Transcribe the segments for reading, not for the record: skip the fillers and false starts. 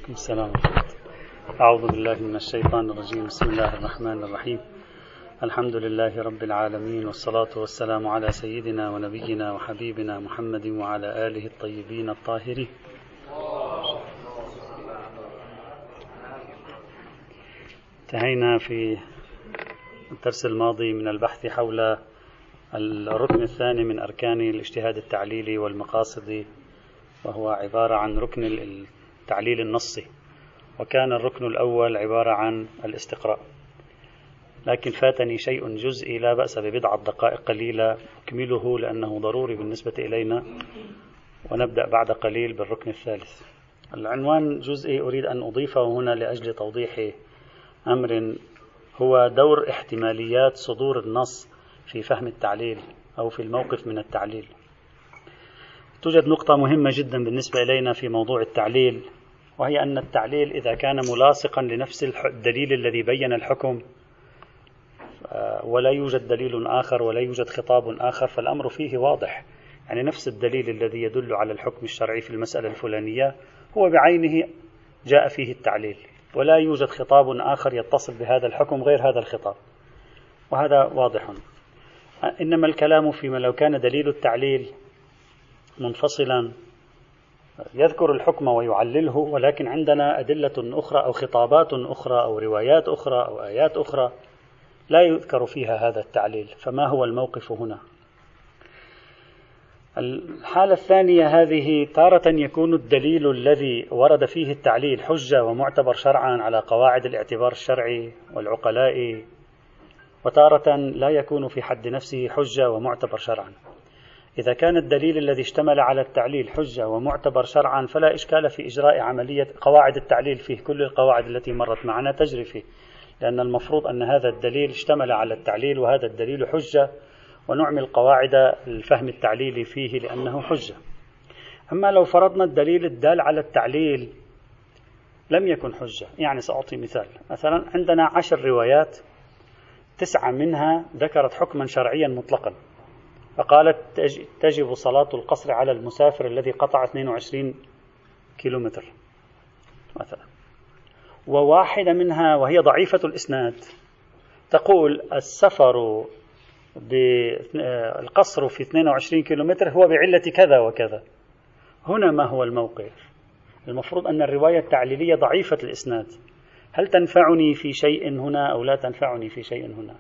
عليكم السلام. أعوذ بالله من الشيطان الرجيم. بسم الله الرحمن الرحيم. الحمد لله رب العالمين، والصلاة والسلام على سيدنا ونبينا وحبيبنا محمد وعلى آله الطيبين الطاهرين. انتهينا في الدرس الماضي من البحث حول الركن الثاني من أركان الاجتهاد التعليلي والمقاصد، وهو عبارة عن ركن التعليل النصي، وكان الركن الأول عبارة عن الاستقراء. لكن فاتني شيء جزئي لا بأس ببضعة دقائق قليلة أكمله لأنه ضروري بالنسبة إلينا، ونبدأ بعد قليل بالركن الثالث. العنوان جزئي أريد أن أضيفه هنا لأجل توضيح أمر، هو دور احتماليات صدور النص في فهم التعليل أو في الموقف من التعليل. توجد نقطة مهمة جدا بالنسبة إلينا في موضوع التعليل، وهي أن التعليل إذا كان ملاصقا لنفس الدليل الذي بين الحكم ولا يوجد دليل آخر ولا يوجد خطاب آخر، فالأمر فيه واضح. يعني نفس الدليل الذي يدل على الحكم الشرعي في المسألة الفلانية هو بعينه جاء فيه التعليل، ولا يوجد خطاب آخر يتصل بهذا الحكم غير هذا الخطاب، وهذا واضح. إنما الكلام فيما لو كان دليل التعليل منفصلا يذكر الحكم ويعلله، ولكن عندنا أدلة أخرى أو خطابات أخرى أو روايات أخرى أو آيات أخرى لا يذكر فيها هذا التعليل، فما هو الموقف هنا؟ الحالة الثانية هذه، تارة يكون الدليل الذي ورد فيه التعليل حجة ومعتبر شرعا على قواعد الاعتبار الشرعي والعقلاء، وتارة لا يكون في حد نفسه حجة ومعتبر شرعا. إذا كان الدليل الذي اشتمل على التعليل حجة ومعتبر شرعا فلا إشكال في إجراء عملية قواعد التعليل فيه، كل القواعد التي مرت معنا تجري فيه، لأن المفروض أن هذا الدليل اشتمل على التعليل وهذا الدليل حجة، ونعمل قواعد الفهم التعليلي فيه لأنه حجة. أما لو فرضنا الدليل الدال على التعليل لم يكن حجة، يعني سأعطي مثال. مثلا عندنا 10 روايات، 9 منها ذكرت حكما شرعيا مطلقا، فقالت تجب صلاة القصر على المسافر الذي قطع 22 كيلومتر مثلا، وواحدة منها وهي ضعيفة الإسناد تقول السفر بالقصر في 22 كيلومتر هو بعلة كذا وكذا. هنا ما هو الموقف؟ المفروض أن الرواية التعليلية ضعيفة الإسناد، هل تنفعني في شيء هنا أو لا تنفعني في شيء هنا؟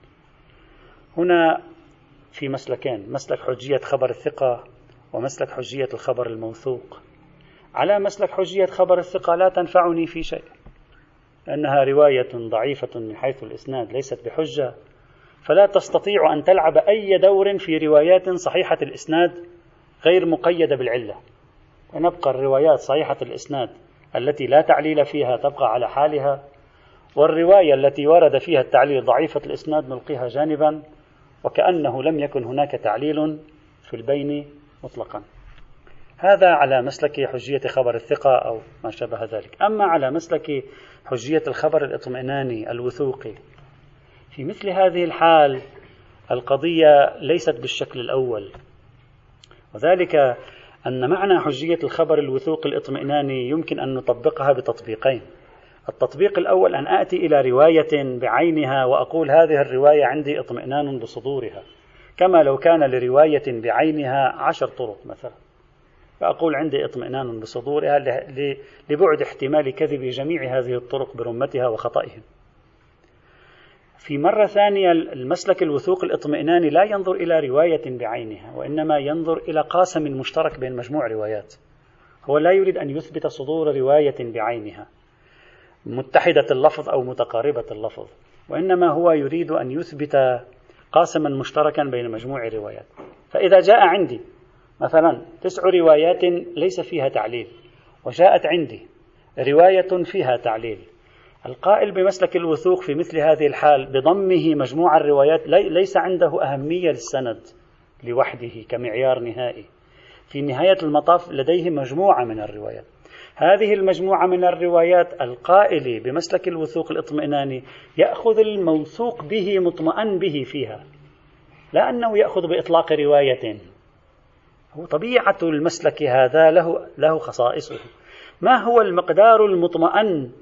هنا في مسلكين، مسلك حجية خبر الثقة ومسلك حجية الخبر الموثوق. على مسلك حجية خبر الثقة لا تنفعني في شيء، لأنها رواية ضعيفة من حيث الإسناد ليست بحجة، فلا تستطيع أن تلعب أي دور في روايات صحيحة الإسناد غير مقيدة بالعلة، ونبقى الروايات صحيحة الإسناد التي لا تعليل فيها تبقى على حالها، والرواية التي ورد فيها التعليل ضعيفة الإسناد نلقيها جانبا وكأنه لم يكن هناك تعليل في البين مطلقا. هذا على مسلك حجية خبر الثقة أو ما شابه ذلك. أما على مسلك حجية الخبر الاطمئناني الوثوقي، في مثل هذه الحال القضية ليست بالشكل الأول، وذلك أن معنى حجية الخبر الوثوقي الاطمئناني يمكن أن نطبقها بتطبيقين. التطبيق الأول أن آتي إلى رواية بعينها وأقول هذه الرواية عندي اطمئنان بصدورها، كما لو كان لرواية بعينها 10 طرق مثلا، فأقول عندي اطمئنان بصدورها لبعد احتمال كذب جميع هذه الطرق برمتها وخطئهم. في مرة ثانية المسلك الوثوق الاطمئناني لا ينظر إلى رواية بعينها، وإنما ينظر إلى قاسم مشترك بين مجموع روايات. هو لا يريد أن يثبت صدور رواية بعينها متحدة اللفظ أو متقاربة اللفظ، وإنما هو يريد أن يثبت قاسما مشتركا بين مجموع روايات. فإذا جاء عندي مثلا 9 روايات ليس فيها تعليل، وجاءت عندي رواية فيها تعليل، القائل بمسلك الوثوق في مثل هذه الحال بضمه مجموع الروايات ليس عنده أهمية للسند لوحده كمعيار نهائي. في نهاية المطاف لديه مجموعة من الروايات، هذه المجموعة من الروايات القائل بمسلك الوثوق الاطمئناني يأخذ الموثوق به مطمئن به فيها، لا أنه يأخذ بإطلاق رواية. هو طبيعة المسلك هذا له خصائصه، ما هو المقدار المطمئن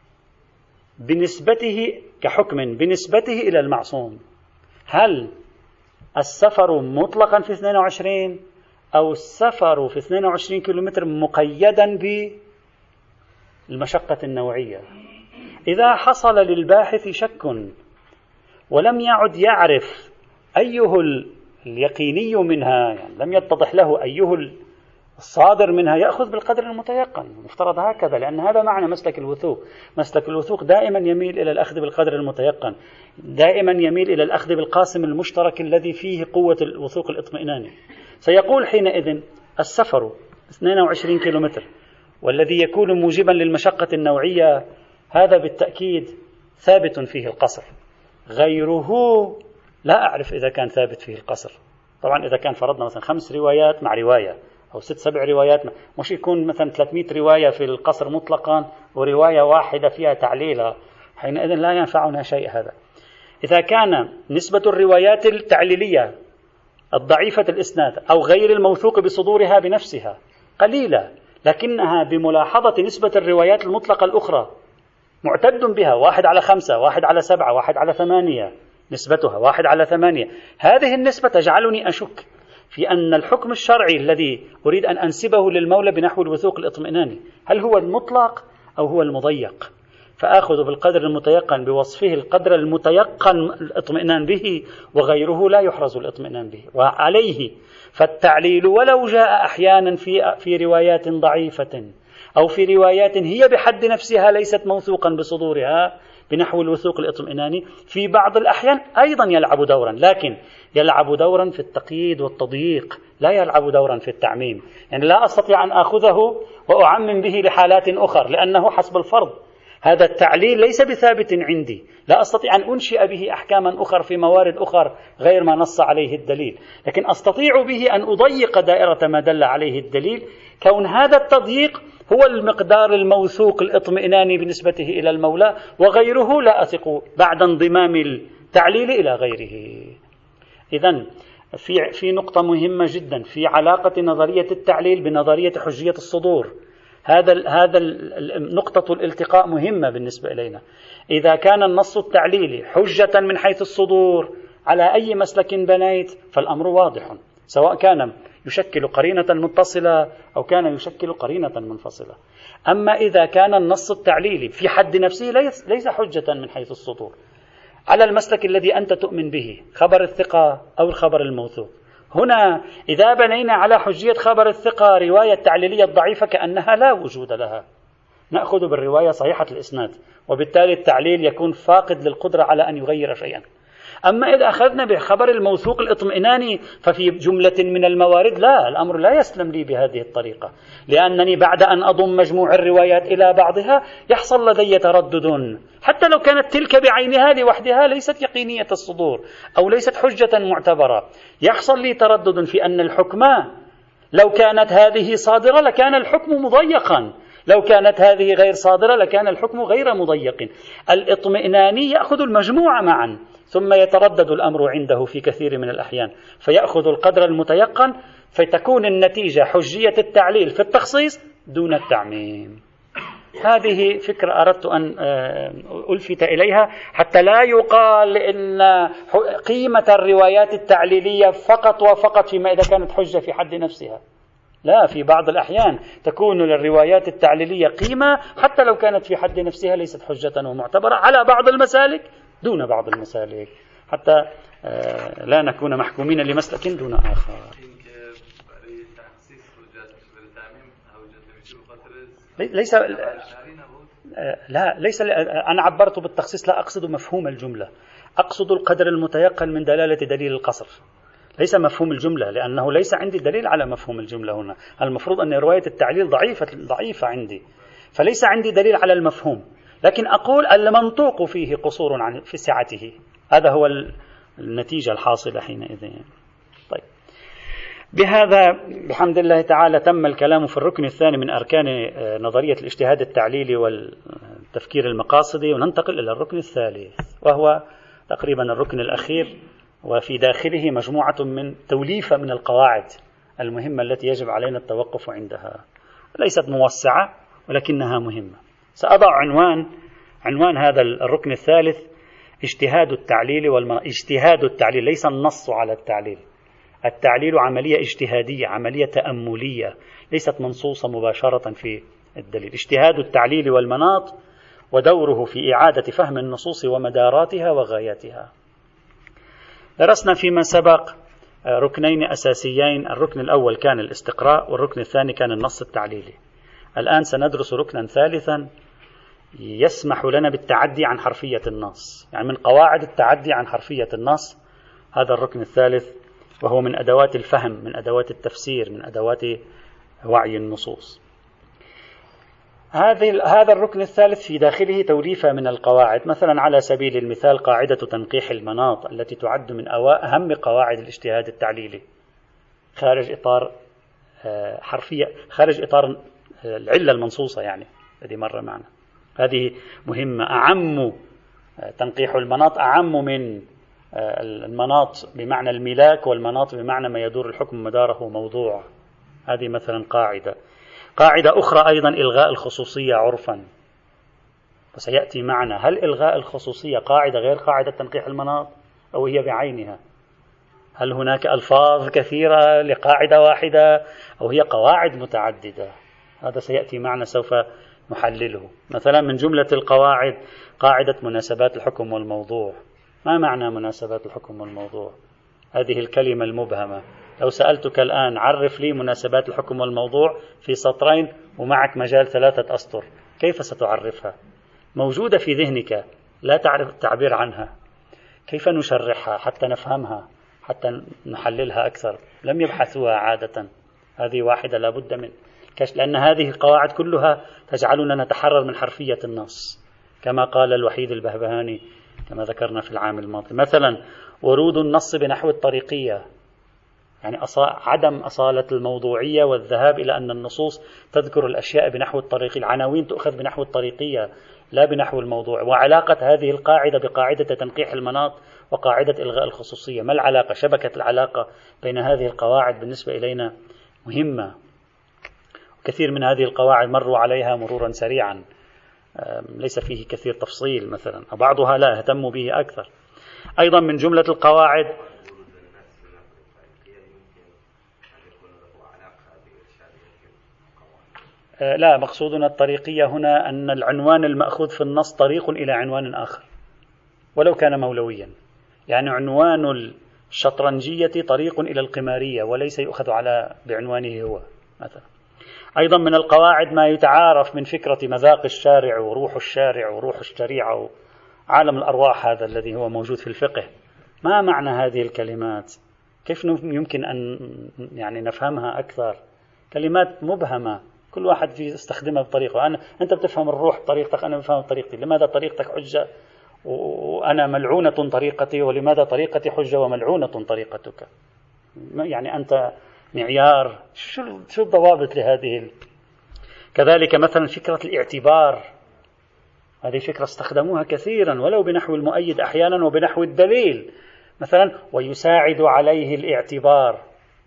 بنسبته كحكم بنسبته إلى المعصوم؟ هل السفر مطلقا في 22 أو السفر في 22 كيلومتر مقيدا بالمشقة النوعية؟ إذا حصل للباحث شك ولم يعد يعرف أيه اليقيني منها، يعني لم يتضح له أيه الصادر منها، يأخذ بالقدر المتيقن. مفترض هكذا، لأن هذا معنى مسلك الوثوق. مسلك الوثوق دائما يميل إلى الأخذ بالقدر المتيقن، دائما يميل إلى الأخذ بالقاسم المشترك الذي فيه قوة الوثوق الاطمئناني. سيقول حينئذ السفر 22 كيلومتر والذي يكون موجبا للمشقة النوعية هذا بالتأكيد ثابت فيه القصر. غيره لا أعرف إذا كان ثابت فيه القصر. طبعا إذا كان فرضنا مثلا 5 روايات مع رواية أو 6-7 روايات، مش يكون مثلا 300 رواية في القصر مطلقا ورواية واحدة فيها تعليلة، حينئذ لا ينفعنا شيء هذا. إذا كان نسبة الروايات التعليلية الضعيفة الإسناد أو غير الموثوق بصدورها بنفسها قليلة، لكنها بملاحظة نسبة الروايات المطلقة الأخرى معتد بها 1/5 1/7 1/8 نسبتها 1/8، هذه النسبة تجعلني أشك في أن الحكم الشرعي الذي أريد أن أنسبه للمولى بنحو الوثوق الاطمئناني هل هو المطلق أو هو المضيق، فآخذ بالقدر المتيقن بوصفه القدر المتيقن الاطمئنان به، وغيره لا يحرز الاطمئنان به. وعليه فالتعليل ولو جاء أحيانا في روايات ضعيفة أو في روايات هي بحد نفسها ليست موثوقا بصدورها بنحو الوثوق الاطمئناني، في بعض الأحيان أيضا يلعب دورا، لكن يلعب دورا في التقييد والتضييق، لا يلعب دورا في التعميم. يعني لا أستطيع أن أخذه وأعمم به لحالات أخرى لأنه حسب الفرض. هذا التعليل ليس بثابت عندي، لا أستطيع أن أنشئ به أحكاما أخرى في موارد أخرى غير ما نص عليه الدليل، لكن أستطيع به أن أضيق دائرة ما دل عليه الدليل، كون هذا التضييق هو المقدار الموثوق الاطمئناني بنسبته إلى المولى، وغيره لا أثق بعد انضمام التعليل إلى غيره. إذن في نقطة مهمة جدا في علاقة نظرية التعليل بنظرية حجية الصدور. هذا نقطة الالتقاء مهمة بالنسبة إلينا. إذا كان النص التعليلي حجة من حيث الصدور على أي مسلك بنيت فالأمر واضح، سواء كان يشكل قرينة متصلة أو كان يشكل قرينة منفصلة. أما إذا كان النص التعليلي في حد نفسه ليس حجة من حيث الصدور على المسلك الذي أنت تؤمن به، خبر الثقة أو الخبر الموثوق، هنا إذا بنينا على حجية خبر الثقة رواية تعليلية ضعيفة كأنها لا وجود لها، نأخذ بالرواية صحيحة الإسناد، وبالتالي التعليل يكون فاقد للقدرة على أن يغير شيئا. أما إذا أخذنا بخبر الموثوق الاطمئناني ففي جملة من الموارد لا، الأمر لا يسلم لي بهذه الطريقة، لأنني بعد أن أضم مجموع الروايات إلى بعضها يحصل لدي تردد، حتى لو كانت تلك بعينها لوحدها ليست يقينية الصدور أو ليست حجة معتبرة، يحصل لي تردد في أن الحكم لو كانت هذه صادرة لكان الحكم مضيقا، لو كانت هذه غير صادرة لكان الحكم غير مضيق. الاطمئناني يأخذ المجموعة معا ثم يتردد الأمر عنده في كثير من الأحيان فيأخذ القدر المتيقن، فتكون النتيجة حجية التعليل في التخصيص دون التعميم. هذه فكرة أردت أن ألفت إليها حتى لا يقال إن قيمة الروايات التعليلية فقط وفقط فيما إذا كانت حجة في حد نفسها. لا، في بعض الأحيان تكون للروايات التعليلية قيمة حتى لو كانت في حد نفسها ليست حجة ومعتبرة على بعض المسالك دون بعض المسالك، حتى لا نكون محكومين لمسلك دون آخر. ليس أنا عبرت بالتخصيص، لا أقصد مفهوم الجملة، أقصد القدر المتيقن من دلالة دليل القصر، ليس مفهوم الجملة، لأنه ليس عندي دليل على مفهوم الجملة هنا. المفروض أن رواية التعليل ضعيفة عندي، فليس عندي دليل على المفهوم، لكن أقول المنطوق فيه قصور في سعته، هذا هو النتيجة الحاصلة حينئذ. طيب، بهذا بحمد الله تعالى تم الكلام في الركن الثاني من أركان نظرية الاجتهاد التعليلي والتفكير المقاصدي، وننتقل إلى الركن الثالث وهو تقريبا الركن الأخير، وفي داخله مجموعة من توليفة من القواعد المهمة التي يجب علينا التوقف عندها، ليست موسعة ولكنها مهمة. سأضع عنوان هذا الركن الثالث: اجتهاد التعليل اجتهاد التعليل، ليس النص على التعليل. التعليل عملية اجتهادية، عملية تأملية، ليست منصوصة مباشرة في الدليل. اجتهاد التعليل والمناط ودوره في إعادة فهم النصوص ومداراتها وغاياتها. درسنا فيما سبق ركنين أساسيين، الركن الأول كان الاستقراء، والركن الثاني كان النص التعليلي. الآن سندرس ركنا ثالثا يسمح لنا بالتعدي عن حرفية النص، يعني من قواعد التعدي عن حرفية النص هذا الركن الثالث، وهو من أدوات الفهم، من أدوات التفسير، من أدوات وعي النصوص. هذا الركن الثالث في داخله توليفة من القواعد، مثلا على سبيل المثال قاعدة تنقيح المناط التي تعد من أهم قواعد الاجتهاد التعليلي، خارج إطار حرفية، خارج إطار العلة المنصوصة، يعني الذي مر معنا. هذه مهمة. أعم تنقيح المناط أعم من المناط بمعنى الملاك، والمناط بمعنى ما يدور الحكم مداره موضوع. هذه مثلا قاعدة أخرى أيضا إلغاء الخصوصية عرفا، وسيأتي معنا هل إلغاء الخصوصية قاعدة غير قاعدة تنقيح المناط أو هي بعينها؟ هل هناك ألفاظ كثيرة لقاعدة واحدة أو هي قواعد متعددة؟ هذا سيأتي معنا، سوف نحلله. مثلا من جملة القواعد قاعدة مناسبات الحكم والموضوع. ما معنى مناسبات الحكم والموضوع؟ هذه الكلمة المبهمة. لو سألتك الآن عرف لي مناسبات الحكم والموضوع في سطرين ومعك مجال 3 أسطر، كيف ستعرفها؟ موجودة في ذهنك، لا تعرف التعبير عنها. كيف نشرحها حتى نفهمها، حتى نحللها أكثر؟ لم يبحثوها عادة. هذه واحدة لا بد من كشف، لأن هذه القواعد كلها تجعلنا نتحرر من حرفية النص، كما قال الوحيد البهبهاني كما ذكرنا في العام الماضي. مثلا ورود النص بنحو الطريقية، يعني عدم أصالة الموضوعية والذهاب إلى أن النصوص تذكر الأشياء بنحو الطريقي، العناوين تؤخذ بنحو الطريقية لا بنحو الموضوع. وعلاقة هذه القاعدة بقاعدة تنقيح المناط وقاعدة إلغاء الخصوصية، ما العلاقة؟ شبكة العلاقة بين هذه القواعد بالنسبة إلينا مهمة. كثير من هذه القواعد مروا عليها مرورا سريعا، ليس فيه كثير تفصيل مثلا، وبعضها لا اهتموا به أكثر. أيضا من جملة القواعد لا، مقصودنا الطريقية هنا أن العنوان المأخوذ في النص طريق إلى عنوان آخر ولو كان مولويا، يعني عنوان الشطرنجية طريق إلى القمارية وليس يؤخذ بعنوانه هو مثلا. أيضا من القواعد ما يتعارف من فكرة مذاق الشارع وروح الشارع وروح الشريعة وعالم الأرواح، هذا الذي هو موجود في الفقه. ما معنى هذه الكلمات؟ كيف يمكن أن يعني نفهمها أكثر؟ كلمات مبهمة، كل واحد يستخدمها بطريقة. أنت بتفهم الروح بطريقتك، أنا بفهم بطريقتي. لماذا طريقتك حجة وأنا ملعونة طريقتي، ولماذا طريقتي حجة وملعونة طريقتك؟ يعني أنت معيار، شو الضوابط لهذه؟ كذلك مثلا فكرة الاعتبار، هذه فكرة استخدموها كثيرا ولو بنحو المؤيد أحيانا وبنحو الدليل. مثلا ويساعد عليه الاعتبار،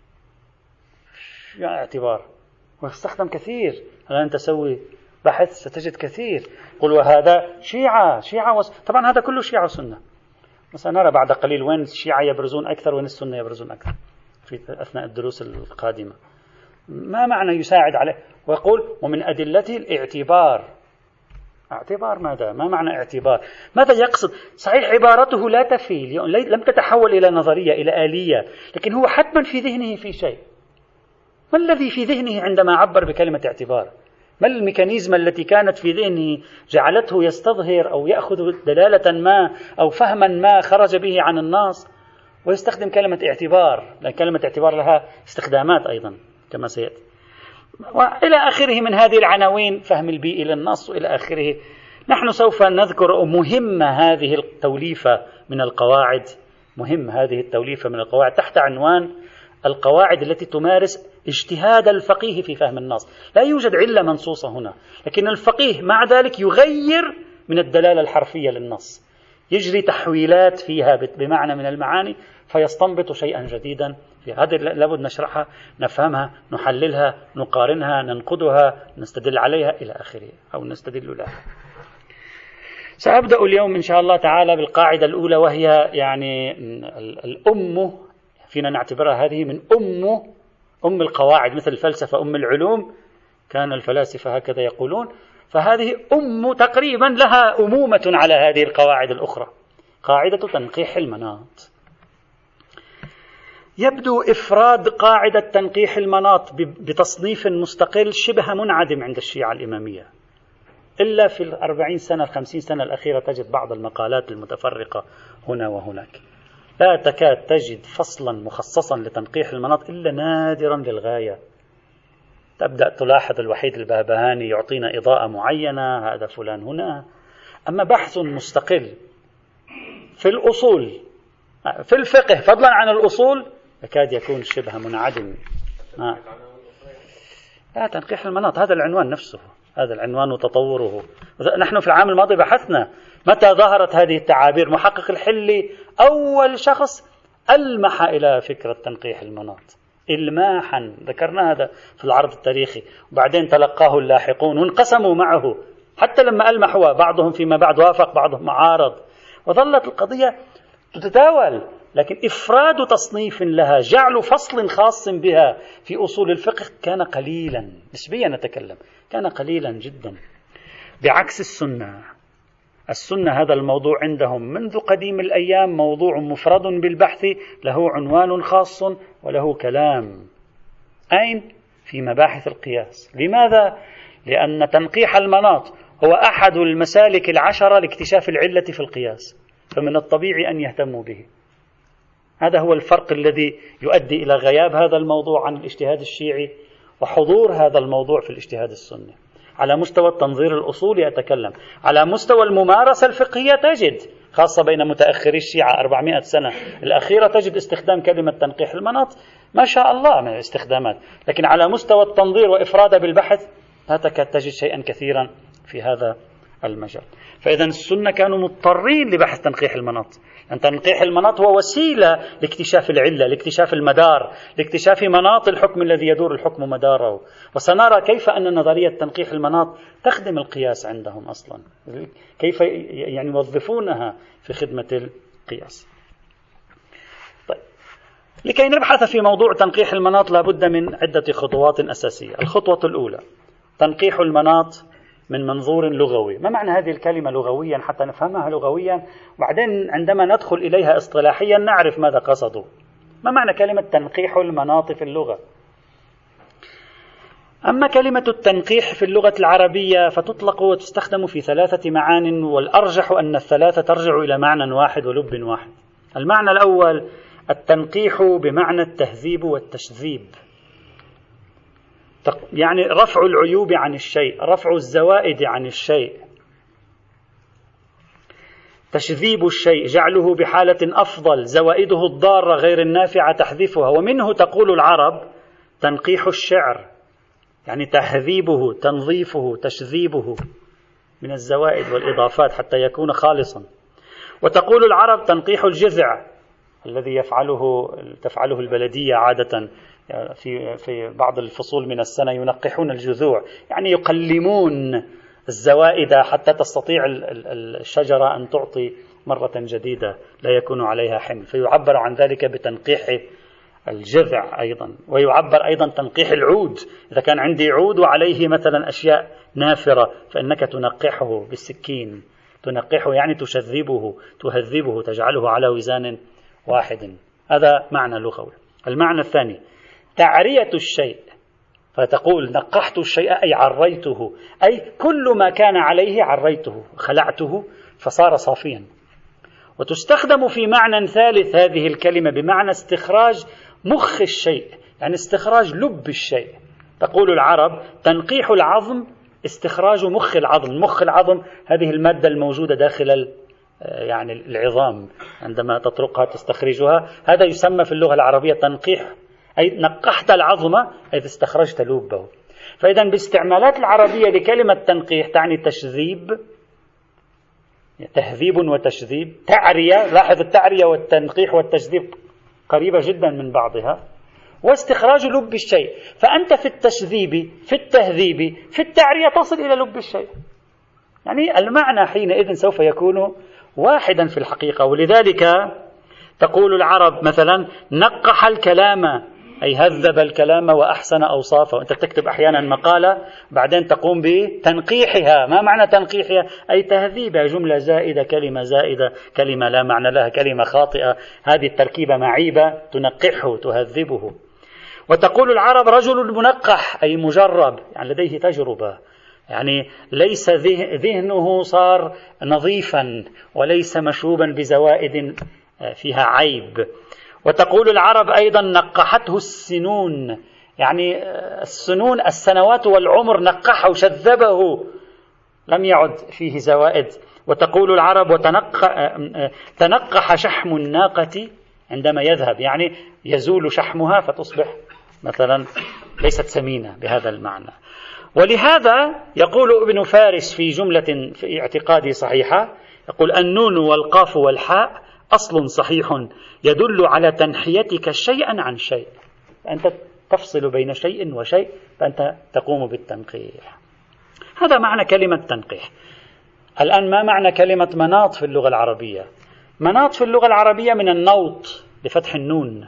يعني اعتبار واستخدم كثير. الآن تسوي بحث ستجد كثير. قل وهذا شيعة طبعا هذا كله شيعة وسنة. سنرى بعد قليل وين الشيعة يبرزون أكثر وين السنة يبرزون أكثر في أثناء الدروس القادمة. ما معنى يساعد عليه؟ ويقول ومن أدلته الاعتبار. اعتبار ماذا؟ ما معنى اعتبار؟ ماذا يقصد؟ صحيح عبارته لا تفي، لم تتحول إلى نظرية إلى آلية، لكن هو حتما في ذهنه في شيء. ما الذي في ذهنه عندما عبر بكلمة اعتبار؟ ما الميكانيزم التي كانت في ذهنه جعلته يستظهر أو يأخذ دلالة ما أو فهما ما خرج به عن النص ويستخدم كلمة اعتبار؟ لأن كلمة اعتبار لها استخدامات أيضا كما سيأتي، وإلى آخره من هذه العناوين، فهم البيئي للنص وإلى آخره. نحن سوف نذكر مهمة هذه التوليفة من القواعد، مهم هذه التوليفة من القواعد تحت عنوان القواعد التي تمارس اجتهاد الفقيه في فهم النص. لا يوجد علة منصوصة هنا، لكن الفقيه مع ذلك يغير من الدلالة الحرفية للنص، يجري تحويلات فيها بمعنى من المعاني فيستنبط شيئا جديدا. في هذه لابد نشرحها، نفهمها، نحللها، نقارنها، ننقدها، نستدل عليها إلى آخره، أو نستدل لها. سأبدأ اليوم إن شاء الله تعالى بالقاعدة الأولى، وهي يعني الأم، فينا نعتبرها هذه من أم القواعد، مثل الفلسفة أم العلوم، كان الفلاسفة هكذا يقولون، فهذه تقريبا لها أمومة على هذه القواعد الأخرى، قاعدة تنقيح المناط. يبدو إفراد قاعدة تنقيح المناط بتصنيف مستقل شبه منعدم عند الشيعة الإمامية، إلا في 40 سنة 50 سنة الأخيرة تجد بعض المقالات المتفرقة هنا وهناك. لا تكاد تجد فصلا مخصصا لتنقيح المناط إلا نادرا للغاية. تبدأ تلاحظ الوحيد البهبهاني يعطينا إضاءة معينة، هذا فلان هنا، أما بحث مستقل في الأصول في الفقه فضلا عن الأصول يكاد يكون شبه منعدم. لا، تنقيح المناط هذا العنوان نفسه، هذا العنوان وتطوره. نحن في العام الماضي بحثنا متى ظهرت هذه التعابير. محقق الحلي أول شخص ألمح إلى فكرة تنقيح المناط إلماحا، ذكرنا هذا في العرض التاريخي، وبعدين تلقاه اللاحقون وانقسموا معه، حتى لما ألمحوا بعضهم فيما بعد وافق، بعضهم معارض، وظلت القضية تتداول. لكن إفراد تصنيف لها، جعل فصل خاص بها في أصول الفقه كان قليلا، نسبيا نتكلم، كان قليلا جدا، بعكس السنة هذا الموضوع عندهم منذ قديم الأيام موضوع مفرد بالبحث، له عنوان خاص وله كلام. أين؟ في مباحث القياس. لماذا؟ لأن تنقيح المناط هو أحد المسالك 10 لاكتشاف العلة في القياس، فمن الطبيعي أن يهتموا به. هذا هو الفرق الذي يؤدي إلى غياب هذا الموضوع عن الاجتهاد الشيعي وحضور هذا الموضوع في الاجتهاد السني. على مستوى التنظير الأصولي أتكلم، على مستوى الممارسة الفقهية تجد، خاصة بين متأخري الشيعة 400 سنة الأخيرة، تجد استخدام كلمة تنقيح المناط ما شاء الله من الاستخدامات، لكن على مستوى التنظير وإفراد بالبحث لا تكاد تجد شيئا كثيرا في هذا المجال. فإذا السنة كانوا مضطرين لبحث تنقيح المناط، أن تنقيح المناط هو وسيلة لاكتشاف العلة، لاكتشاف المدار، لاكتشاف مناط الحكم الذي يدور الحكم مداره. وسنرى كيف أن نظرية تنقيح المناط تخدم القياس عندهم أصلا، كيف يعني يوظفونها في خدمة القياس. طيب، لكي نبحث في موضوع تنقيح المناط لابد من عدة خطوات أساسية. الخطوة الأولى تنقيح المناط من منظور لغوي. ما معنى هذه الكلمة لغويا حتى نفهمها لغويا، وبعدين عندما ندخل إليها اصطلاحيا نعرف ماذا قصدوا. ما معنى كلمة تنقيح المناط في اللغة؟ أما كلمة التنقيح في اللغة العربية فتطلق وتستخدم في 3 معان، والأرجح أن الثلاثة ترجع إلى معنى واحد ولب واحد. المعنى الأول التنقيح بمعنى التهذيب والتشذيب، يعني رفع العيوب عن الشيء، رفع الزوائد عن الشيء، تشذيب الشيء، جعله بحالة أفضل، زوائده الضارة غير النافعة تحذفها. ومنه تقول العرب تنقيح الشعر، يعني تهذيبه، تنظيفه، تشذيبه من الزوائد والإضافات حتى يكون خالصا. وتقول العرب تنقيح الجذع الذي تفعله البلدية عادة في بعض الفصول من السنة، ينقحون الجذوع، يعني يقلمون الزوائد حتى تستطيع الشجرة أن تعطي مرة جديدة لا يكون عليها حمل، فيعبر عن ذلك بتنقيح الجذع أيضا. ويعبر أيضا تنقيح العود، إذا كان عندي عود وعليه مثلا أشياء نافرة فإنك تنقحه بالسكين، تنقحه يعني تشذبه، تهذبه، تجعله على وزان واحد. هذا معنى لغوي. المعنى الثاني تعرية الشيء، فتقول نقحت الشيء أي عريته، أي كل ما كان عليه عريته، خلعته فصار صافيا. وتستخدم في معنى ثالث هذه الكلمة بمعنى استخراج مخ الشيء، يعني استخراج لب الشيء. تقول العرب تنقيح العظم استخراج مخ العظم. مخ العظم هذه المادة الموجودة داخل يعني العظام، عندما تطرقها تستخرجها، هذا يسمى في اللغة العربية تنقيح، أي نقحت العظم أي استخرجت لبه. فإذا باستعمالات العربية لكلمة تنقيح تعني تشذيب، تهذيب وتشذيب، تعرية، لاحظ التعرية والتنقيح والتشذيب قريبة جدا من بعضها، واستخراج لب الشيء. فأنت في التشذيب، في التهذيب، في التعرية تصل إلى لب الشيء. يعني المعنى حينئذ سوف يكون واحدا في الحقيقة. ولذلك تقول العرب مثلا نقح الكلام، أي هذب الكلام وأحسن أوصافه. أنت تكتب أحيانا مقالة بعدين تقوم بتنقيحها. ما معنى تنقيحها؟ أي تهذيبها، جملة زائدة، كلمة زائدة، كلمة لا معنى لها، كلمة خاطئة، هذه التركيبة معيبة، تنقحه، تهذبه. وتقول العرب رجل منقح، أي مجرب، يعني لديه تجربة، يعني ليس ذهنه صار نظيفا وليس مشوبا بزوائد فيها عيب. وتقول العرب أيضا نقحته السنون، يعني السنون، السنوات والعمر، نقحه وشذبه، لم يعد فيه زوائد. وتقول العرب تنقح شحم الناقة عندما يذهب، يعني يزول شحمها فتصبح مثلا ليست سمينة بهذا المعنى. ولهذا يقول ابن فارس في جملة في اعتقادي صحيحة، يقول النون والقاف والحاء أصل صحيح يدل على تنحيتك شيئا عن شيء. أنت تفصل بين شيء وشيء، فأنت تقوم بالتنقيح. هذا معنى كلمة تنقيح. الآن ما معنى كلمة مناط في اللغة العربية؟ مناط في اللغة العربية من النوط بفتح النون،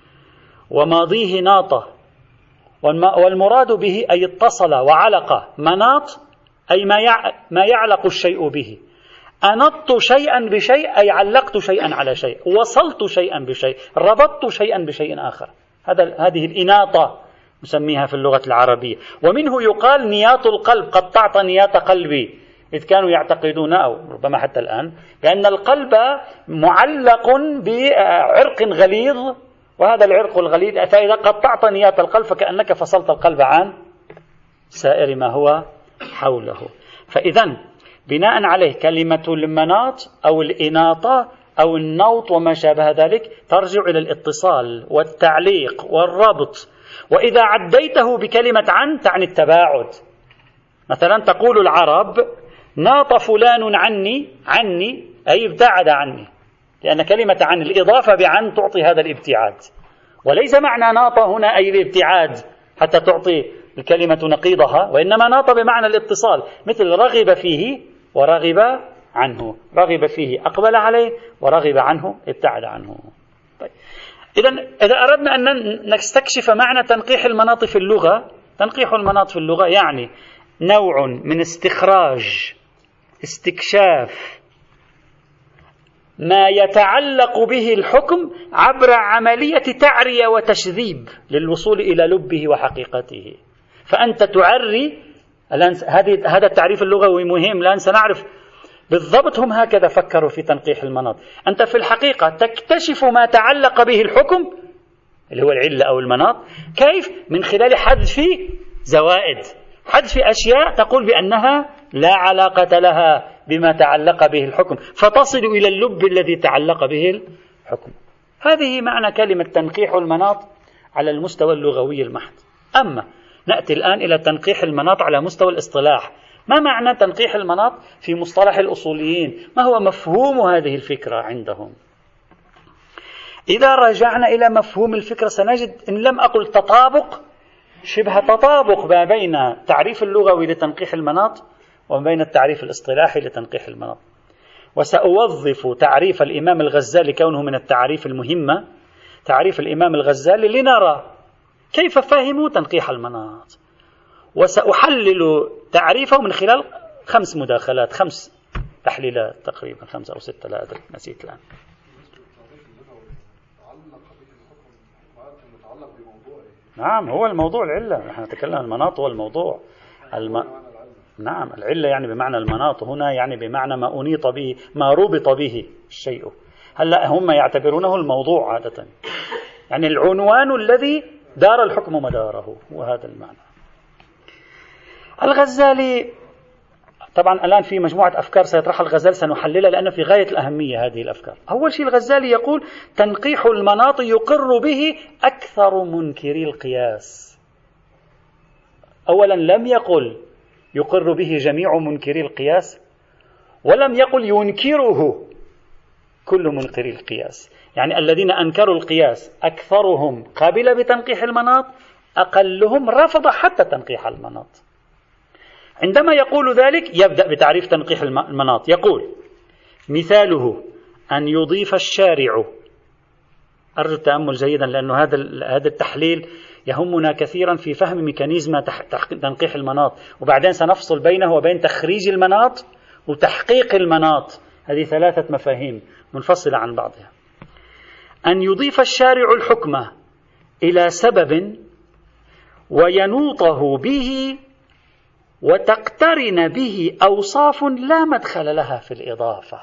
وماضيه ناطة، والمراد به أي اتصل وعلق. مناط أي ما يعلق الشيء به. أنطت شيئا بشيء أي علقت شيئا على شيء، وصلت شيئا بشيء، ربطت شيئا بشيء آخر. هذه الإناطة نسميها في اللغة العربية. ومنه يقال نياط القلب، قطعت نياط قلبي، إذ كانوا يعتقدون أو ربما حتى الآن بأن القلب معلق بعرق غليظ، وهذا العرق الغليظ فإذا قطعت نياط القلب فكأنك فصلت القلب عن سائر ما هو حوله. فإذا بناء عليه كلمة المناط أو الإناطة أو النوط وما شابه ذلك ترجع إلى الاتصال والتعليق والربط. وإذا عديته بكلمة عن تعني التباعد. مثلا تقول العرب ناط فلان عني أي ابتعد عني، لأن كلمة عن الإضافة بعن تعطي هذا الابتعاد، وليس معنى ناط هنا أي الابتعاد حتى تعطي الكلمة نقيضها، وإنما ناط بمعنى الاتصال، مثل رغب فيه ورغب عنه، رغب فيه أقبل عليه، ورغب عنه ابتعد عنه. طيب. إذا أردنا أن نستكشف معنى تنقيح المناط في اللغة، تنقيح المناط في اللغة يعني نوع من استكشاف ما يتعلق به الحكم عبر عملية تعرية وتشذيب للوصول إلى لبه وحقيقته. فأنت تعري، هذا التعريف اللغوي مهم، لأن سنعرف بالضبط هم هكذا فكروا في تنقيح المناط. أنت في الحقيقة تكتشف ما تعلق به الحكم اللي هو العلة أو المناط، كيف؟ من خلال حذف زوائد، حذف أشياء تقول بأنها لا علاقة لها بما تعلق به الحكم، فتصل إلى اللب الذي تعلق به الحكم. هذه معنى كلمة تنقيح المناط على المستوى اللغوي المحض. أما نأتي الآن إلى تنقيح المناط على مستوى الاصطلاح. ما معنى تنقيح المناط في مصطلح الأصوليين؟ ما هو مفهوم هذه الفكرة عندهم؟ إذا رجعنا إلى مفهوم الفكرة سنجد إن لم أقل تطابق، شبه تطابق ما بين التعريف اللغوي لتنقيح المناط وبين التعريف الاصطلاحي لتنقيح المناط. وسأوظف تعريف الإمام الغزالي كونه من التعريف المهمة، تعريف الإمام الغزالي، لنرى كيف فهموا تنقيح المناط. وسأحلل تعريفه من خلال 5 مداخلات، 5 تحليلات تقريبا، 5 أو 6 لا أدري، نسيت الآن. نعم، هو الموضوع العلة، نحن نتكلم المناط هو الموضوع. نعم، العلة يعني بمعنى المناط هنا، يعني بمعنى ما أنيط به، ما ربط به الشيء. هلا هم يعتبرونه الموضوع عادة، يعني العنوان الذي دار الحكم مداره، وهذا المعنى. الغزالي طبعا الآن في مجموعة أفكار سيطرحها الغزالي سنحللها لأن في غاية الأهمية هذه الأفكار. أول شيء الغزالي يقول تنقيح المناط يقر به أكثر منكري القياس. أولا لم يقل يقر به جميع منكري القياس، ولم يقل ينكره كل منكري القياس. يعني الذين أنكروا القياس أكثرهم قبل بتنقيح المناط، أقلهم رفض حتى تنقيح المناط. عندما يقول ذلك يبدأ بتعريف تنقيح المناط، يقول: مثاله أن يضيف الشارع. أرجو التأمل جيدا، لأن هذا التحليل يهمنا كثيرا في فهم ميكانيزم تنقيح المناط، وبعدين سنفصل بينه وبين تخريج المناط وتحقيق المناط. هذه ثلاثة مفاهيم منفصلة عن بعضها. أن يضيف الشارع الحكم إلى سبب وينوطه به وتقترن به أوصاف لا مدخل لها في الإضافة.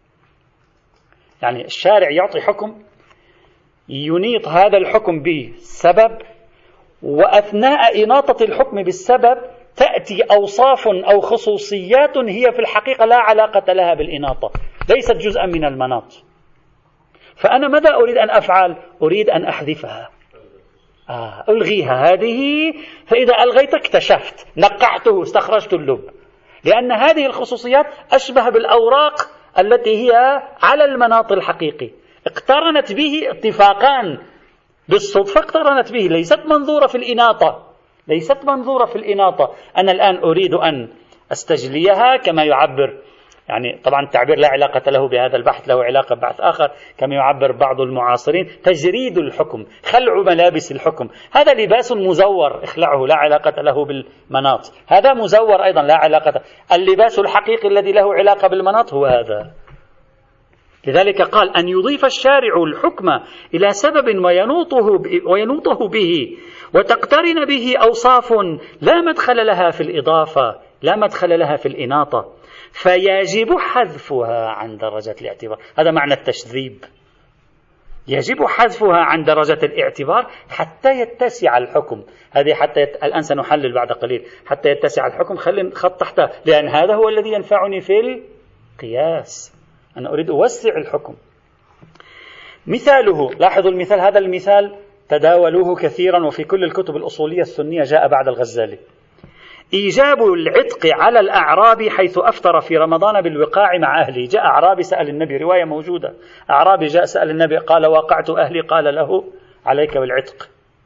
يعني الشارع يعطي حكم، ينيط هذا الحكم بسبب، وأثناء إناطة الحكم بالسبب تأتي أوصاف أو خصوصيات هي في الحقيقة لا علاقة لها بالإناطة، ليست جزءا من المناط. فأنا ماذا أريد أن أفعل؟ أريد أن أحذفها، ألغيها هذه. فإذا ألغيت اكتشفت، نقعته، استخرجت اللب، لأن هذه الخصوصيات أشبه بالأوراق التي هي على المناط الحقيقي، اقترنت به اتفاقان بالصدفة، اقترنت به، ليست منظورة في الإناطة، ليست منظورة في الإناطة. أنا الآن أريد أن أستجليها كما يعبر، يعني طبعا التعبير لا علاقة له بهذا البحث، له علاقة ببحث آخر، كما يعبر بعض المعاصرين تجريد الحكم، خلع ملابس الحكم. هذا لباس مزور، اخلعه، لا علاقة له بالمناط. هذا مزور أيضا، لا علاقة. اللباس الحقيقي الذي له علاقة بالمناط هو هذا. لذلك قال: أن يضيف الشارع الحكم إلى سبب وينوطه به وتقترن به أوصاف لا مدخل لها في الإضافة، لا مدخل لها في الإناطة، فيجب حذفها عن درجة الاعتبار. هذا معنى التشذيب، يجب حذفها عن درجة الاعتبار حتى يتسع الحكم. هذه حتى الآن سنحلل بعد قليل. حتى يتسع الحكم، خلي خط تحته، لأن هذا هو الذي ينفعني في القياس. أنا أريد أوسع الحكم. مثاله، لاحظوا المثال، هذا المثال تداولوه كثيرا وفي كل الكتب الأصولية السنية، جاء بعد الغزالي: إيجاب العتق على الأعراب حيث أفطر في رمضان بالوقاع مع أهلي. جاء أعرابي سأل النبي، رواية موجودة، أعرابي جاء سأل النبي قال: وقعت أهلي، قال له: عليك بالعتق.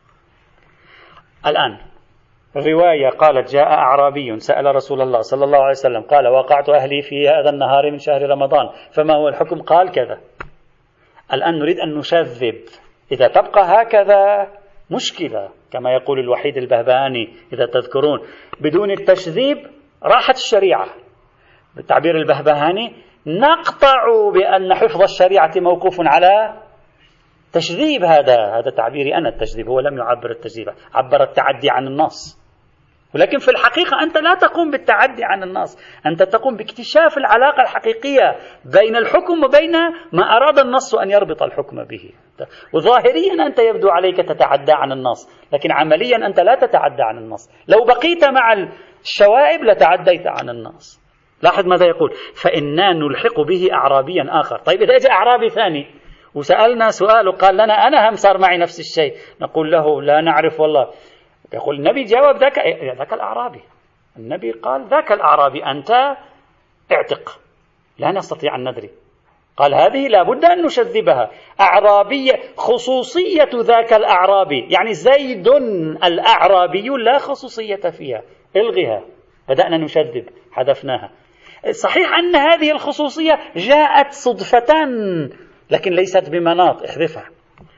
الآن الرواية قالت: جاء أعرابي سأل رسول الله صلى الله عليه وسلم قال: وقعت أهلي في هذا النهار من شهر رمضان، فما هو الحكم؟ قال كذا. الآن نريد أن نشذب. إذا تبقى هكذا مشكلة، كما يقول الوحيد البهبهاني إذا تذكرون، بدون التشذيب راحت الشريعة. بالتعبير البهبهاني: نقطع بأن حفظ الشريعة موقوف على تشذيب. هذا تعبيري أنا، التشذيب. هو لم يعبر التشذيب، عبر التعدي عن النص. ولكن في الحقيقة أنت لا تقوم بالتعدي عن النص، أنت تقوم باكتشاف العلاقة الحقيقية بين الحكم وبين ما أراد النص أن يربط الحكم به. وظاهريا أنت يبدو عليك تتعدى عن النص، لكن عمليا أنت لا تتعدى عن النص. لو بقيت مع الشوائب لتعديت عن النص. لاحظ ماذا يقول: فإنا نلحق به أعرابيا آخر. طيب إذا جاء أعرابي ثاني وسألنا سؤال وقال لنا أنا هم صار معي نفس الشيء، نقول له: لا نعرف والله. يقول النبي جاوب: ذاك الأعرابي. النبي قال: ذاك الأعرابي أنت اعتق، لا نستطيع أن ندري. قال: هذه لابد أن نشذبها، أعرابية، خصوصية ذاك الأعرابي، يعني زيد الأعرابي لا خصوصية فيها، الغها. بدأنا نشذب، حذفناها. صحيح أن هذه الخصوصية جاءت صدفة، لكن ليست بمناط، احذفها،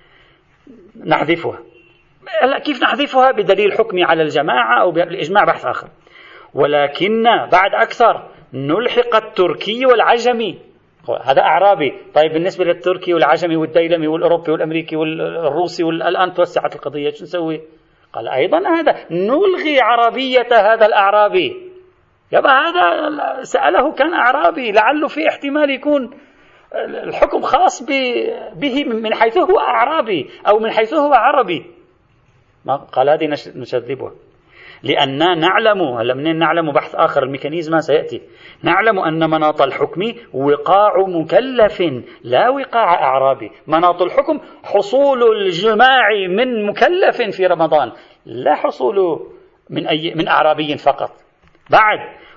نحذفها. كيف نحذفها؟ بدليل حكمي على الجماعة أو بالإجماع، بحث آخر. ولكن بعد أكثر نلحق التركي والعجمي. هذا أعرابي، طيب بالنسبة للتركي والعجمي والديلمي والأوروبي والأمريكي والروسي، الآن توسعت القضية، شو نسوي؟ قال أيضا هذا نلغي عربية هذا الأعرابي. يبقى هذا سأله كان أعرابي، لعله في احتمال يكون الحكم خاص به من حيث هو أعرابي أو من حيث هو عربي. ما قال هذه نشذبها، لأننا نعلم، هلا منين نعلم؟ بحث آخر، الميكانيزم سيأتي. نعلم أن مناط الحكم وقاع مكلف لا وقاع أعرابي. مناط الحكم حصول الجماع من مكلف في رمضان، لا حصول من أعرابي فقط. بعد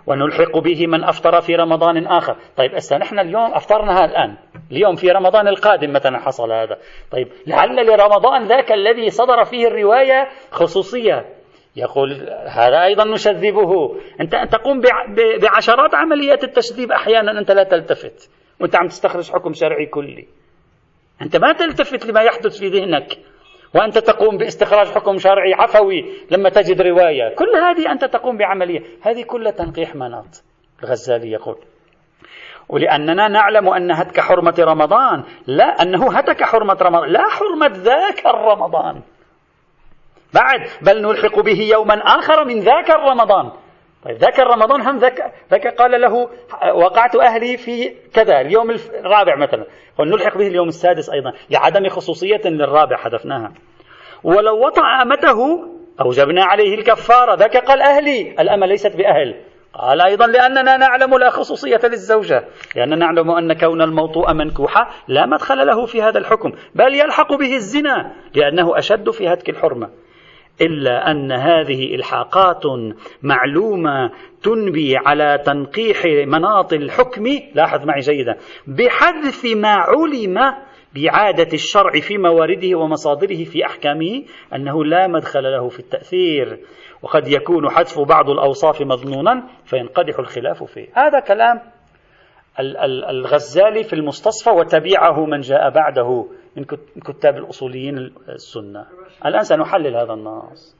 ونلحق به من أفطر في رمضان آخر. طيب نحن اليوم أفطرنا الآن، اليوم في رمضان القادم مثلا حصل هذا. طيب لعل لرمضان ذاك الذي صدر فيه الرواية خصوصية، يقول هذا أيضا نشذبه. أنت تقوم بعشرات عمليات التشذيب، أحيانا أنت لا تلتفت وأنت عم تستخرج حكم شرعي كلي، أنت ما تلتفت لما يحدث في ذهنك، وأنت تقوم باستخراج حكم شرعي عفوي لما تجد رواية. كل هذه أنت تقوم بعملية، هذه كلها تنقيح مناط. الغزالي يقول ولأننا نعلم أن هتك حرمة رمضان، لا أنه هتك حرمة رمضان، لا حرمة ذاك الرمضان بعد، بل نلحق به يوما آخر من ذاك الرمضان. طيب ذاك الرمضان هم ذاك قال له وقعت أهلي في كذا اليوم الرابع مثلا، ونلحق به اليوم السادس أيضا لعدم خصوصية للرابع حذفناها. ولو وطأ أمته أوجبنا عليه الكفارة، ذاك قال أهلي، الأمة ليست بأهل. قال أيضا لأننا نعلم لا خصوصية للزوجة، لأننا نعلم أن كون الموطوء منكوحة لا مدخل له في هذا الحكم، بل يلحق به الزنا لأنه أشد في هتك الحرمة. إلا أن هذه إلحاقات معلومة تنبي على تنقيح مناط الحكم، لاحظ معي جيدا، بحذف ما علم بعادة الشرع في موارده ومصادره في أحكامه أنه لا مدخل له في التأثير، وقد يكون حذف بعض الأوصاف مظنونا فينقدح الخلاف فيه. هذا كلام الغزالي في المستصفى، وتبعه من جاء بعده من كتاب الأصوليين السنة. الآن سنحلل هذا النص.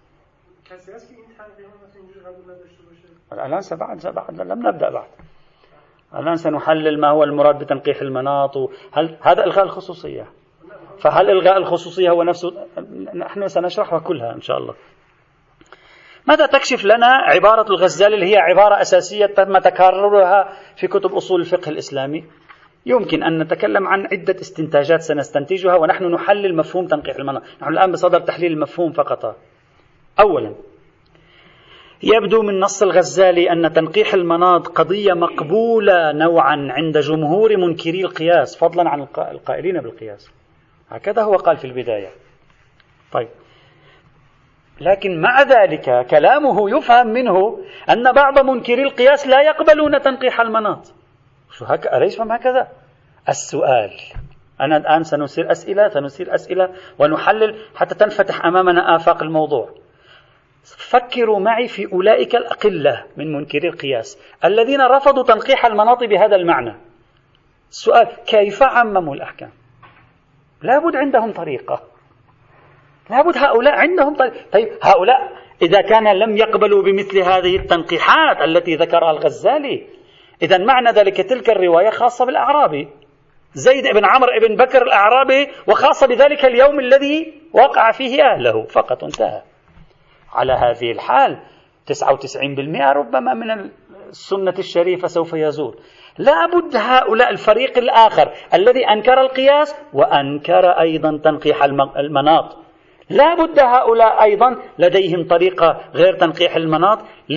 الآن بعد لم نبدأ بعد. الآن سنحلل ما هو المراد بتنقيح المناط، هل هذا إلغاء الخصوصية؟ فهل إلغاء الخصوصية هو نفسه؟ نحن سنشرحها كلها إن شاء الله. ماذا تكشف لنا عبارة الغزالي اللي هي عبارة أساسية تم تكررها في كتب أصول الفقه الإسلامي؟ يمكن أن نتكلم عن عدة استنتاجات سنستنتجها ونحن نحلل مفهوم تنقيح المناط. نحن الآن بصدد تحليل المفهوم فقط. أولا، يبدو من نص الغزالي أن تنقيح المناط قضية مقبولة نوعا عند جمهور منكري القياس فضلا عن القائلين بالقياس. هكذا هو قال في البداية. طيب، لكن مع ذلك كلامه يفهم منه أن بعض منكري القياس لا يقبلون تنقيح المناط. أليس فهم هكذا؟ السؤال، أنا الآن سنسير أسئلة ونحلل حتى تنفتح أمامنا آفاق الموضوع. فكروا معي في أولئك الأقلة من منكري القياس الذين رفضوا تنقيح المناط بهذا المعنى. السؤال، كيف عمموا الأحكام؟ لابد عندهم طريقة، لابد هؤلاء عندهم طريقة. طيب هؤلاء إذا كان لم يقبلوا بمثل هذه التنقيحات التي ذكرها الغزالي، إذا معنى ذلك تلك الرواية خاصة بالأعرابي زيد بن عمرو بن بكر الأعرابي، وخاصة بذلك اليوم الذي وقع فيه أهله فقط، انتهى. على هذه الحال 99% ربما من السنة الشريفة سوف يزول. لا بد هؤلاء الفريق الآخر الذي أنكر القياس وأنكر أيضا تنقيح المناط، لا بد هؤلاء أيضا لديهم طريقة غير تنقيح المناط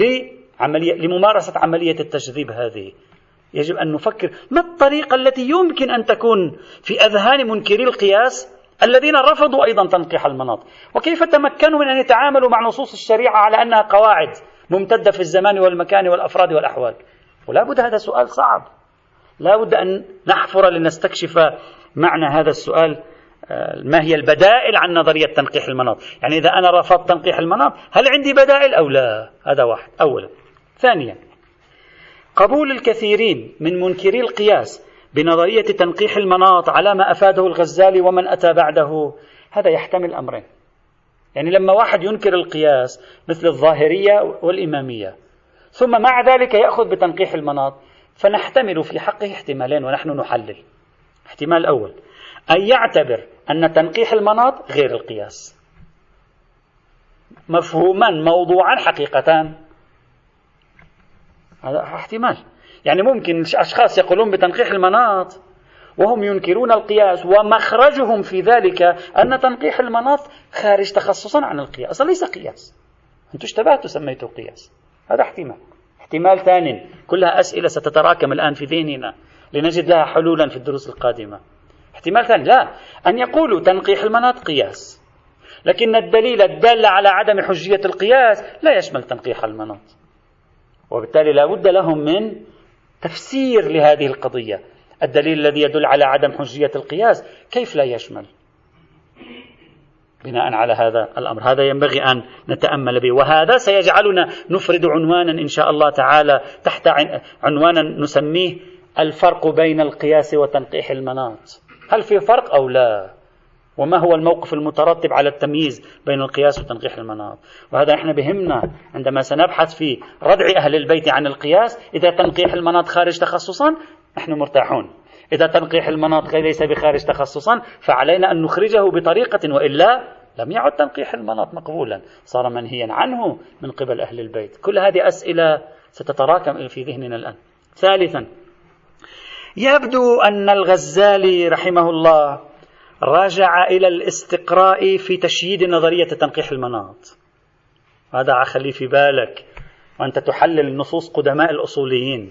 لممارسة عملية التجذيب هذه. يجب أن نفكر ما الطريقة التي يمكن أن تكون في أذهان منكري القياس الذين رفضوا أيضا تنقيح المناط، وكيف تمكنوا من أن يتعاملوا مع نصوص الشريعة على أنها قواعد ممتدة في الزمان والمكان والأفراد والأحوال. ولا بد، هذا سؤال صعب، لا بد أن نحفر لنستكشف معنى هذا السؤال. ما هي البدائل عن نظرية تنقيح المناط؟ يعني إذا أنا رفضت تنقيح المناط هل عندي بدائل أو لا؟ هذا واحد أولا. ثانيا، قبول الكثيرين من منكري القياس بنظرية تنقيح المناط على ما أفاده الغزالي ومن أتى بعده، هذا يحتمل أمرين. يعني لما واحد ينكر القياس مثل الظاهرية والإمامية ثم مع ذلك يأخذ بتنقيح المناط، فنحتمل في حقه احتمالين ونحن نحلل. احتمال الأول أن يعتبر أن تنقيح المناط غير القياس، مفهوما موضوعا حقيقتان، هذا احتمال. يعني ممكن أشخاص يقولون بتنقيح المناط وهم ينكرون القياس، ومخرجهم في ذلك أن تنقيح المناط خارج تخصصا عن القياس، أصلا ليس قياس، أنتم اشتبهتوا سميتوا قياس. هذا احتمال. احتمال ثاني، كلها أسئلة ستتراكم الآن في ذهننا لنجد لها حلولا في الدروس القادمة. احتمال ثاني، لا، أن يقولوا تنقيح المناط قياس، لكن الدليل الدال على عدم حجية القياس لا يشمل تنقيح المناط، وبالتالي لا بد لهم من تفسير لهذه القضية. الدليل الذي يدل على عدم حجية القياس كيف لا يشمل؟ بناء على هذا الأمر هذا ينبغي أن نتأمل به، وهذا سيجعلنا نفرد عنوانا إن شاء الله تعالى تحت عنوانا نسميه الفرق بين القياس وتنقيح المناط. هل في فرق أو لا؟ وما هو الموقف المترتب على التمييز بين القياس وتنقيح المناط؟ وهذا نحن بهمنا عندما سنبحث في ردع أهل البيت عن القياس. إذا تنقيح المناط خارج تخصصا نحن مرتاحون، إذا تنقيح المناط ليس بخارج تخصصا فعلينا أن نخرجه بطريقة، وإلا لم يعد تنقيح المناط مقبولا، صار منهيا عنه من قبل أهل البيت. كل هذه أسئلة ستتراكم في ذهننا الآن. ثالثا، يبدو أن الغزالي رحمه الله راجع إلى الاستقراء في تشييد نظرية تنقيح المناط. هذا خلي في بالك وأنت تحلل نصوص قدماء الأصوليين.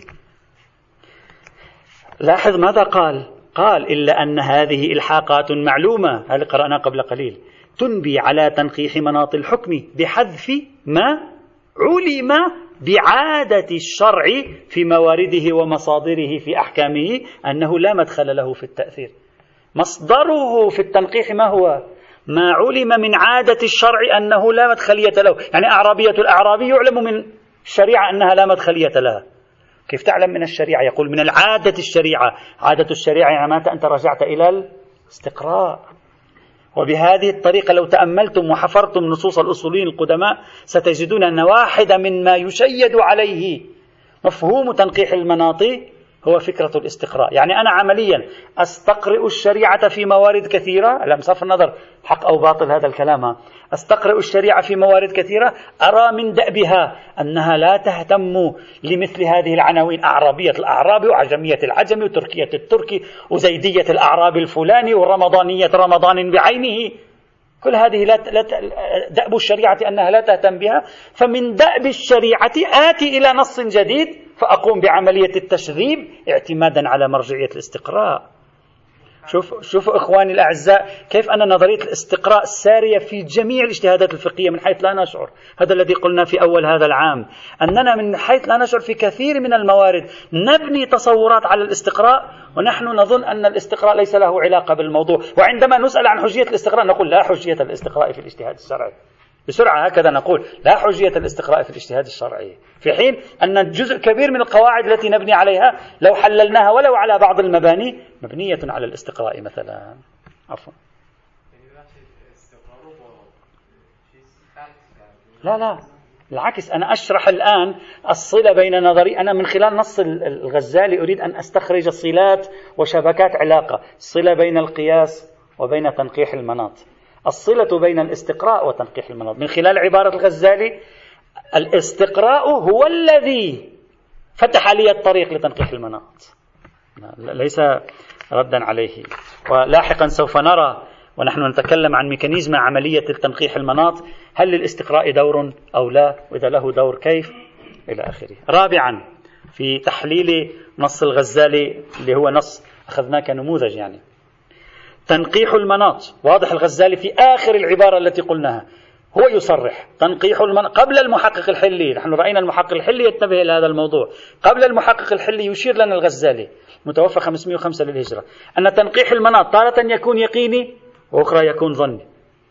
لاحظ ماذا قال إلا أن هذه إلحاقات معلومة، هذا قرأناه قبل قليل، تنبي على تنقيح مناط الحكم بحذف ما علم بعادة الشرع في موارده ومصادره في أحكامه أنه لا مدخل له في التأثير. مصدره في التنقيح ما هو؟ ما علم من عادة الشرع أنه لا مدخلية له. يعني أعرابية الأعرابي يعلم من الشريعة أنها لا مدخلية لها. كيف تعلم من الشريعة؟ يقول من العادة الشريعة. عادة الشريعة يعني متى أنت رجعت إلى الاستقراء. وبهذه الطريقة لو تأملتم وحفرتم نصوص الأصوليين القدماء ستجدون أن واحدة مما يشيد عليه مفهوم تنقيح المناط هو فكرة الاستقراء. يعني أنا عمليا أستقرئ الشريعة في موارد كثيرة، لا بصرف النظر حق أو باطل هذا الكلام، أستقرئ الشريعة في موارد كثيرة أرى من دأبها أنها لا تهتم لمثل هذه العناوين: أعرابية الأعرابي وعجمية العجمي وتركية التركي وزيدية الأعرابي الفلاني ورمضانية رمضان بعينه. كل هذه دأب الشريعة أنها لا تهتم بها، فمن دأب الشريعة آتي إلى نص جديد فأقوم بعملية التشذيب اعتمادا على مرجعية الاستقراء. شوفوا إخواني الأعزاء كيف أن نظرية الاستقراء سارية في جميع الاجتهادات الفقهية من حيث لا نشعر. هذا الذي قلنا في أول هذا العام، أننا من حيث لا نشعر في كثير من الموارد نبني تصورات على الاستقراء ونحن نظن أن الاستقراء ليس له علاقة بالموضوع. وعندما نسأل عن حجية الاستقراء نقول لا حجية الاستقراء في الاجتهاد الشرعي. بسرعة هكذا نقول لا حجية الاستقراء في الاجتهاد الشرعي، في حين أن جزء كبير من القواعد التي نبني عليها لو حللناها ولو على بعض المباني مبنية على الاستقراء مثلا. عفوا. لا بالعكس، أنا أشرح الآن الصلة بين نظري. أنا من خلال نص الغزالي أريد أن أستخرج صلات وشبكات علاقة، الصلة بين القياس وبين تنقيح المناط، الصلة بين الاستقراء وتنقيح المناط. من خلال عبارة الغزالي الاستقراء هو الذي فتح لي الطريق لتنقيح المناط، ليس ردا عليه. ولاحقا سوف نرى ونحن نتكلم عن ميكانيزم عملية التنقيح المناط هل للاستقراء دور أو لا، وإذا له دور كيف، إلى آخره. رابعا، في تحليل نص الغزالي اللي هو نص أخذناه كنموذج، يعني تنقيح المناط. واضح الغزالي في آخر العبارة التي قلناها هو يصرح تنقيح المناط قبل المحقق الحلي. نحن رأينا المحقق الحلي ينتبه إلى هذا الموضوع. قبل المحقق الحلي يشير لنا الغزالي متوفى 505 للهجرة أن تنقيح المناط تارة يكون يقيني وأخرى يكون ظني.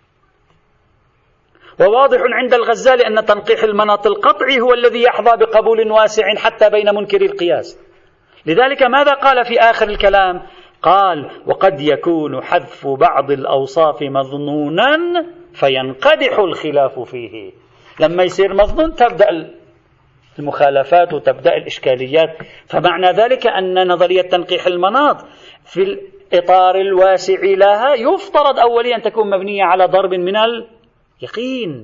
وواضح عند الغزالي أن تنقيح المناط القطعي هو الذي يحظى بقبول واسع حتى بين منكري القياس. لذلك ماذا قال في آخر الكلام؟ قال: وقد يكون حذف بعض الأوصاف مظنونا فينقدح الخلاف فيه. لما يصير مظنون تبدأ المخالفات وتبدأ الإشكاليات. فمعنى ذلك أن نظرية تنقيح المناط في الإطار الواسع لها يفترض أوليا أن تكون مبنية على ضرب من اليقين.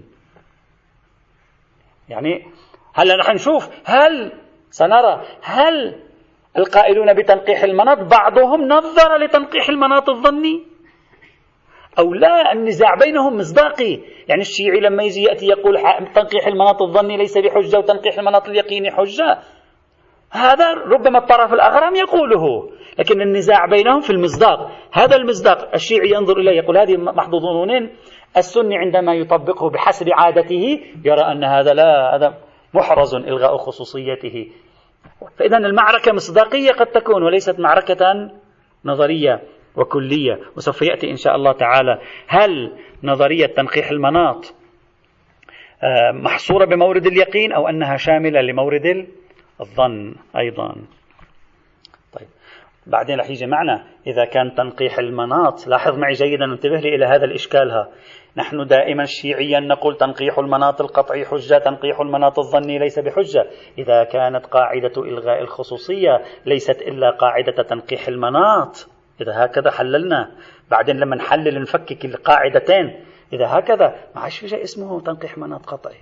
يعني هل نحن نشوف سنرى هل القائلون بتنقيح المناط بعضهم نظر لتنقيح المناط الظني أو لا. النزاع بينهم مصداقي. يعني الشيعي لما يأتي يقول تنقيح المناط الظني ليس بحجة وتنقيح المناط اليقيني حجة، هذا ربما الطرف الآخر يقوله، لكن النزاع بينهم في المصداق. هذا المصداق الشيعي ينظر إليه يقول هذه محض ظنون. السني عندما يطبقه بحسب عادته يرى أن هذا لا، هذا محرز إلغاء خصوصيته. فإذا المعركة مصداقية قد تكون وليست معركة نظرية وكلية. وسوف يأتي إن شاء الله تعالى هل نظرية تنقيح المناط محصورة بمورد اليقين أو أنها شاملة لمورد الظن أيضا. طيب بعدين رح يجي معنا إذا كان تنقيح المناط، لاحظ معي جيدا انتبه لي إلى هذا الإشكال. نحن دائما شيعيا نقول تنقيح المناط القطعي حجة، تنقيح المناط الظني ليس بحجة. إذا كانت قاعدة إلغاء الخصوصية ليست إلا قاعدة تنقيح المناط، إذا هكذا حللنا، بعدين لما نحلل نفكك القاعدتين، إذا هكذا ما عادش في شيء اسمه تنقيح مناط قطعي،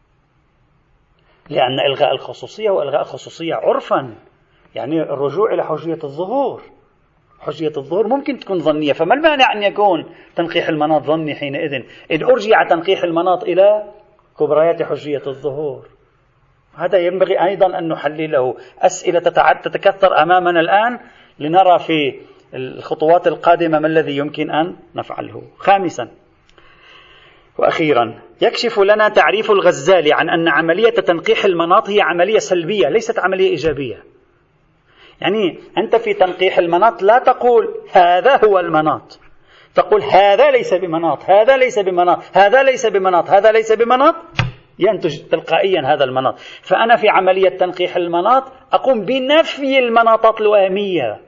لأن إلغاء الخصوصية وإلغاء الخصوصية عرفا يعني الرجوع إلى حجية الظهور. حجية الظهور ممكن تكون ظنية، فما المانع أن يكون تنقيح المناط ظني حينئذ إن أرجع تنقيح المناط إلى كبريات حجية الظهور. هذا ينبغي أيضا أن نحلله. أسئلة تتكثر أمامنا الآن لنرى في الخطوات القادمة ما الذي يمكن أن نفعله. خامسا وأخيرا، يكشف لنا تعريف الغزالي عن أن عملية تنقيح المناط هي عملية سلبية ليست عملية إيجابية. يعني أنت في تنقيح المناط لا تقول هذا هو المناط، تقول هذا ليس بمناط، هذا ليس بمناط، هذا ليس بمناط، هذا ليس بمناط، ينتج تلقائيا هذا المناط. فأنا في عملية تنقيح المناط أقوم بنفي المناطات الوهمية،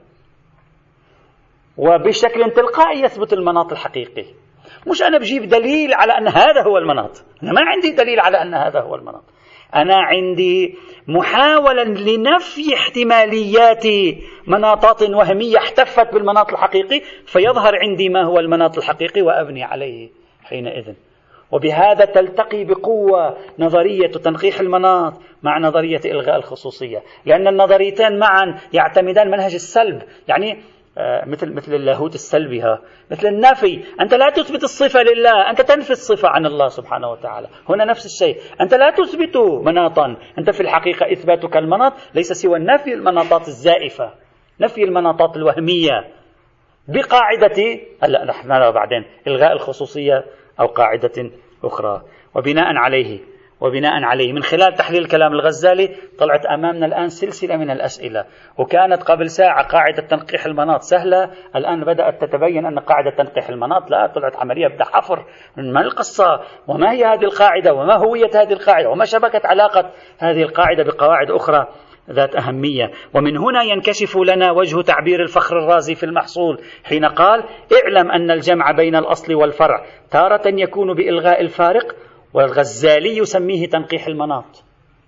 وبشكل تلقائي يثبت المناط الحقيقي. مش أنا بجيب دليل على أن هذا هو المناط، أنا ما عندي دليل على أن هذا هو المناط، أنا عندي محاولة لنفي احتماليات مناطات وهمية احتفت بالمناط الحقيقي، فيظهر عندي ما هو المناط الحقيقي وأبني عليه حينئذ. وبهذا تلتقي بقوة نظرية تنقيح المناط مع نظرية إلغاء الخصوصية، لأن النظريتين معا يعتمدان منهج السلب. يعني مثل اللاهوت السلبي، مثل النفي، أنت لا تثبت الصفة لله، أنت تنفي الصفة عن الله سبحانه وتعالى. هنا نفس الشيء، أنت لا تثبت مناطا، أنت في الحقيقة إثباتك المناط ليس سوى نفي المناطات الزائفة، نفي المناطات الوهمية بقاعدة هلا نحن نرى بعدين إلغاء الخصوصية أو قاعدة أخرى. وبناء عليه من خلال تحليل كلام الغزالي طلعت أمامنا الآن سلسلة من الأسئلة. وكانت قبل ساعة قاعدة تنقيح المناط سهلة، الآن بدأت تتبين أن قاعدة تنقيح المناط لا، طلعت عملية بدها حفر من ما القصة وما هي هذه القاعدة وما هوية هذه القاعدة وما شبكة علاقة هذه القاعدة بقواعد أخرى ذات أهمية. ومن هنا ينكشف لنا وجه تعبير الفخر الرازي في المحصول حين قال: اعلم أن الجمع بين الأصل والفرع تارة يكون بإلغاء الفارق، والغزالي يسميه تنقيح المناط.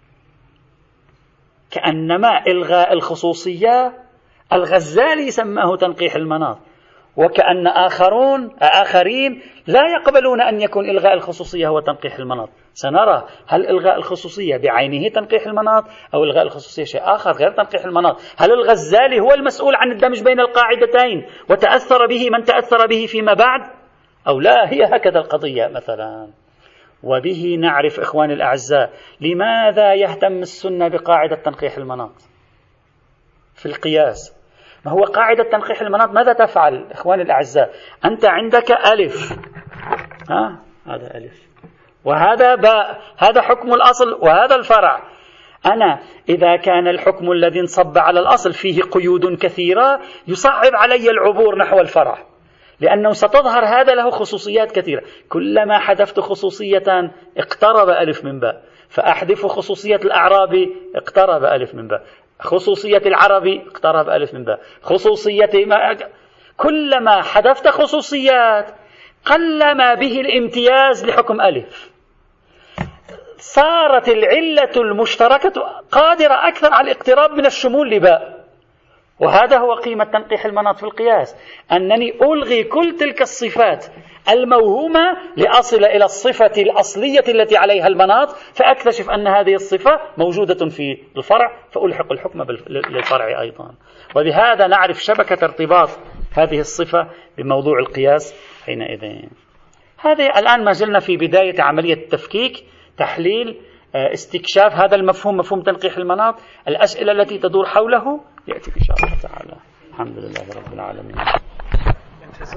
كأنما إلغاء الخصوصية الغزالي سماه تنقيح المناط، وكأن آخرين لا يقبلون أن يكون إلغاء الخصوصية هو تنقيح المناط. سنرى هل إلغاء الخصوصية بعينه تنقيح المناط أو إلغاء الخصوصية شيء آخر غير تنقيح المناط. هل الغزالي هو المسؤول عن الدمج بين القاعدتين وتأثر به من تأثر به فيما بعد أو لا؟ هي هكذا القضية مثلا. وبه نعرف إخواني الأعزاء لماذا يهتم السنة بقاعدة تنقيح المناط في القياس. ما هو قاعدة تنقيح المناط ماذا تفعل إخواني الأعزاء؟ أنت عندك ألف، هذا ألف وهذا باء، هذا حكم الأصل وهذا الفرع. أنا إذا كان الحكم الذي انصب على الأصل فيه قيود كثيرة يصعب علي العبور نحو الفرع، لأنه ستظهر هذا له خصوصيات كثيرة. كلما حذفت خصوصية اقترب ألف من باء، فأحذف خصوصية الأعرابي اقترب ألف من باء، خصوصية العربي اقترب ألف من باء، كلما حذفت خصوصيات قلما به الامتياز لحكم ألف. صارت العلة المشتركة قادرة أكثر على الاقتراب من الشمول لباء. وهذا هو قيمة تنقيح المناط في القياس، أنني ألغي كل تلك الصفات الموهومة لأصل إلى الصفة الأصلية التي عليها المناط، فأكتشف أن هذه الصفة موجودة في الفرع فألحق الحكم للفرع أيضا. وبهذا نعرف شبكة ارتباط هذه الصفة بموضوع القياس حينئذ. هذه الآن ما زلنا في بداية عملية التفكيك، تحليل، استكشاف هذا المفهوم، مفهوم تنقيح المناط. الأسئلة التي تدور حوله يأتي إن شاء الله تعالى. الحمد لله رب العالمين.